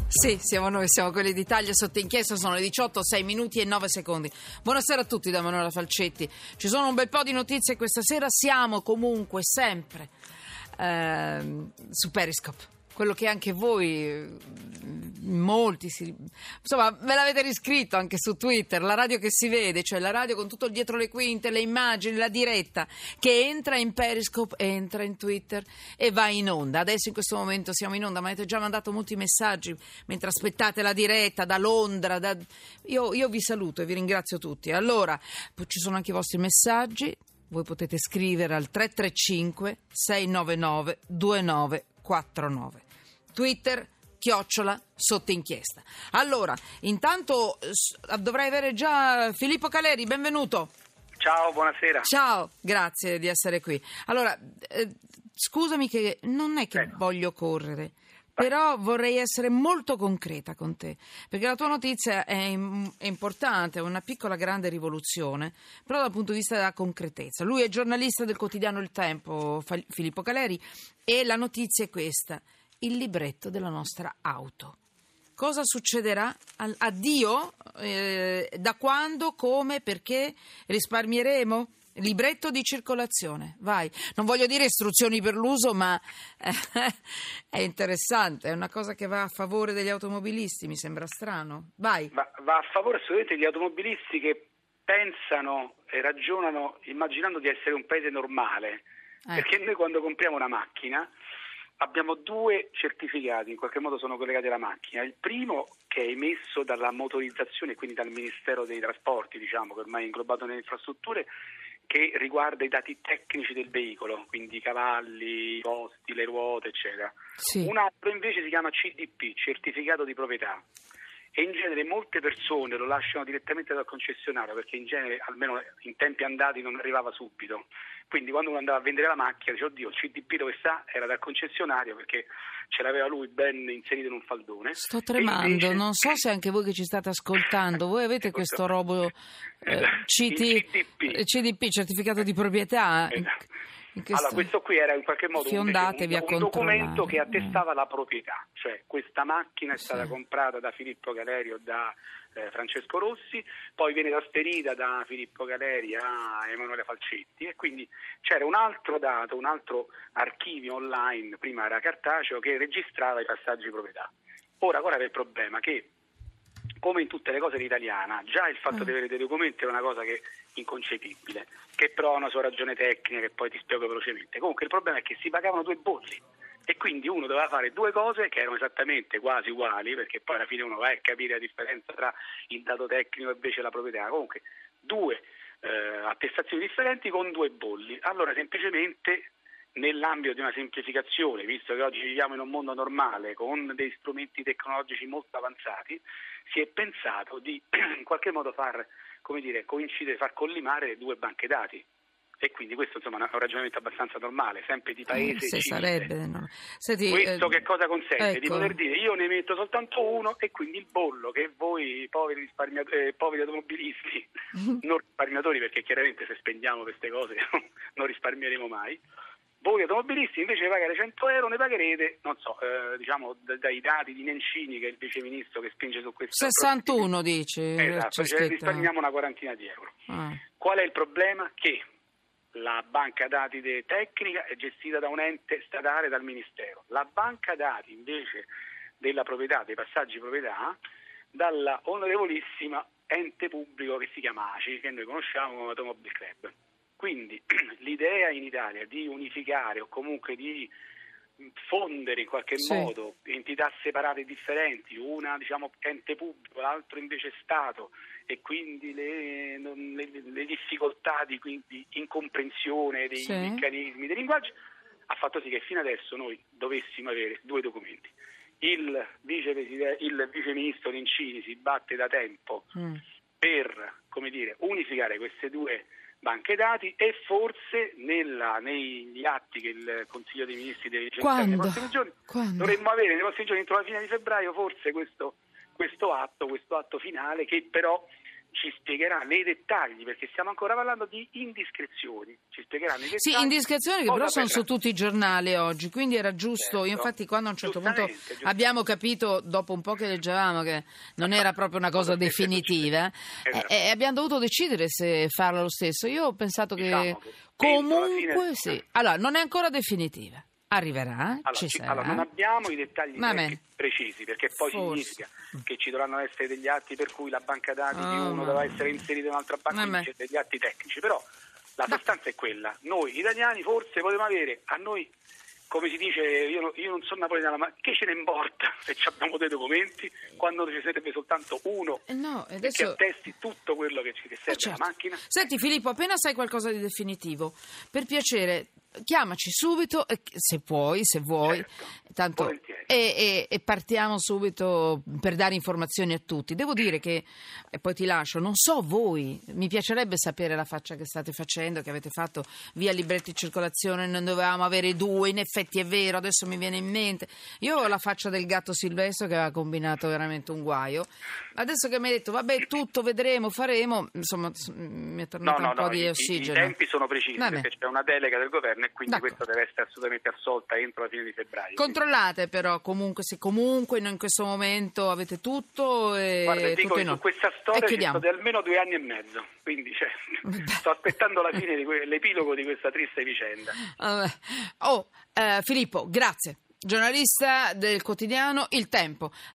Sì, siamo noi, siamo quelli d'Italia sotto inchiesta, sono le 18, 6 minuti e 9 secondi. Buonasera a tutti da Manuela Falcetti. Ci sono un bel po' di notizie questa sera, siamo comunque sempre su Periscope. Quello che anche voi, molti, insomma, ve l'avete riscritto anche su Twitter, la radio che si vede, cioè la radio con tutto il dietro le quinte, le immagini, la diretta, che entra in Periscope, entra in Twitter e va in onda. Adesso in questo momento siamo in onda, ma avete già mandato molti messaggi mentre aspettate la diretta da Londra. Io vi saluto e vi ringrazio tutti. Allora, ci sono anche i vostri messaggi, voi potete scrivere al 335 699 2949. Twitter @ sotto inchiesta. Allora, intanto dovrei avere già Filippo Caleri, benvenuto. Ciao, buonasera. Ciao, grazie di essere qui. Allora, scusami che non è che voglio correre, però vorrei essere molto concreta con te, perché la tua notizia è importante, è una piccola grande rivoluzione, però dal punto di vista della concretezza. Lui è giornalista del quotidiano Il Tempo, Filippo Caleri, e la notizia è questa: il libretto della nostra auto. Cosa succederà? Addio? Da quando? Come? Perché? Risparmieremo? Libretto di circolazione, vai. Non voglio dire istruzioni per l'uso, ma è interessante, è una cosa che va a favore degli automobilisti, mi sembra strano. Vai. Va a favore assolutamente degli automobilisti che pensano e ragionano immaginando di essere un paese normale, perché noi quando compriamo una macchina abbiamo due certificati, in qualche modo sono collegati alla macchina. Il primo, che è emesso dalla motorizzazione, quindi dal Ministero dei Trasporti, diciamo, che ormai è inglobato nelle infrastrutture, che riguarda i dati tecnici del veicolo, quindi i cavalli, i posti, le ruote, eccetera. Sì. Un altro invece si chiama CDP, certificato di proprietà, e in genere molte persone lo lasciano direttamente dal concessionario, perché in genere, almeno in tempi andati, non arrivava subito. Quindi quando uno andava a vendere la macchina dice: oddio, il CDP dove sta? Era dal concessionario, perché ce l'aveva lui ben inserito in un faldone. Sto tremando, invece... non so se anche voi che ci state ascoltando, voi avete questo robo CDP, certificato di proprietà? Allora, questo qui era in qualche modo un documento che attestava la proprietà, cioè questa macchina è stata comprata da Filippo Caleri o da Francesco Rossi, poi viene trasferita da Filippo Caleri a Emanuele Falcetti, e quindi c'era un altro dato, un altro archivio online, prima era cartaceo, che registrava i passaggi di proprietà. Ora, qual era il problema? Che, come in tutte le cose all'italiana, già il fatto di avere dei documenti era una cosa che inconcepibile, che però ha una sua ragione tecnica che poi ti spiego velocemente. Comunque il problema è che si pagavano due bolli, e quindi uno doveva fare due cose che erano esattamente quasi uguali, perché poi alla fine uno va a capire la differenza tra il dato tecnico e invece la proprietà. Comunque due attestazioni differenti con due bolli. Allora, semplicemente, nell'ambito di una semplificazione, visto che oggi viviamo in un mondo normale con dei strumenti tecnologici molto avanzati, si è pensato di in qualche modo far coincidere, far collimare due banche dati. E quindi questo, insomma, è un ragionamento abbastanza normale, sempre di paese civile. Sarebbe, no? Senti, questo che cosa consente? Ecco. Di poter dire: io ne metto soltanto uno, e quindi il bollo che voi poveri automobilisti, non risparmiatori, perché chiaramente se spendiamo queste cose non risparmieremo mai, voi automobilisti invece di pagare 100 euro ne pagherete, non so, dai dati di Nencini, che è il viceministro che spinge su questo. 61 dici? Esatto, risparmiamo una quarantina di euro. Qual è il problema? Che la banca dati tecnica è gestita da un ente statale, dal Ministero. La banca dati invece della proprietà, dei passaggi proprietà, dalla onorevolissima ente pubblico che si chiama ACI, che noi conosciamo come Automobile Club. Quindi l'idea in Italia di unificare o comunque di fondere in qualche modo entità separate e differenti, una ente pubblico, l'altro invece Stato, e quindi le difficoltà di incomprensione dei meccanismi, dei linguaggi, ha fatto sì che fino adesso noi dovessimo avere due documenti. Il viceministro Nencini si batte da tempo per, unificare queste due banche dati, e forse negli atti che il Consiglio dei Ministri deve licenziare nei prossimi giorni dovremmo avere nei prossimi giorni, entro la fine di febbraio, forse questo atto finale, che però ci spiegherà nei dettagli, perché stiamo ancora parlando di indiscrezioni, ci spiegherà nei dettagli. Sì, indiscrezioni che però sono su tutti i giornali oggi, quindi era giusto. Certo. Io infatti quando a un certo punto abbiamo capito, dopo un po' che leggevamo, che non era proprio una cosa definitiva, abbiamo dovuto decidere se farlo lo stesso. Io ho pensato che comunque sì. Allora, non è ancora definitiva. Arriverà, ci sarà. Allora, non abbiamo i dettagli precisi, perché poi significa che ci dovranno essere degli atti per cui la banca dati di uno dovrà essere inserita in un'altra banca, quindi c'è degli atti tecnici, però la sostanza è quella. Noi italiani forse potremmo avere, a noi, come si dice, io non sono napoletano, ma che ce ne importa se abbiamo dei documenti, quando ci sarebbe soltanto uno che attesti tutto quello che serve alla macchina? Senti Filippo, appena sai qualcosa di definitivo, per piacere chiamaci subito, se vuoi, tanto, e partiamo subito per dare informazioni a tutti. Devo dire che, e poi ti lascio, non so voi, mi piacerebbe sapere la faccia che state facendo, che avete fatto via libretti in circolazione, non dovevamo avere 2, in effetti è vero, adesso mi viene in mente. Io ho la faccia del gatto Silvestro che aveva combinato veramente un guaio. Adesso che mi hai detto, vabbè, tutto vedremo, faremo, insomma, mi è tornato un po' di ossigeno. I tempi sono precisi, perché c'è una delega del governo e quindi questa deve essere assolutamente assolta entro la fine di febbraio. Controllate però comunque, se comunque in questo momento avete tutto. Guarda, dico che su questa storia ci sono almeno 2 anni e mezzo, quindi sto aspettando la fine l'epilogo di questa triste vicenda. Filippo, grazie. Giornalista del quotidiano Il Tempo.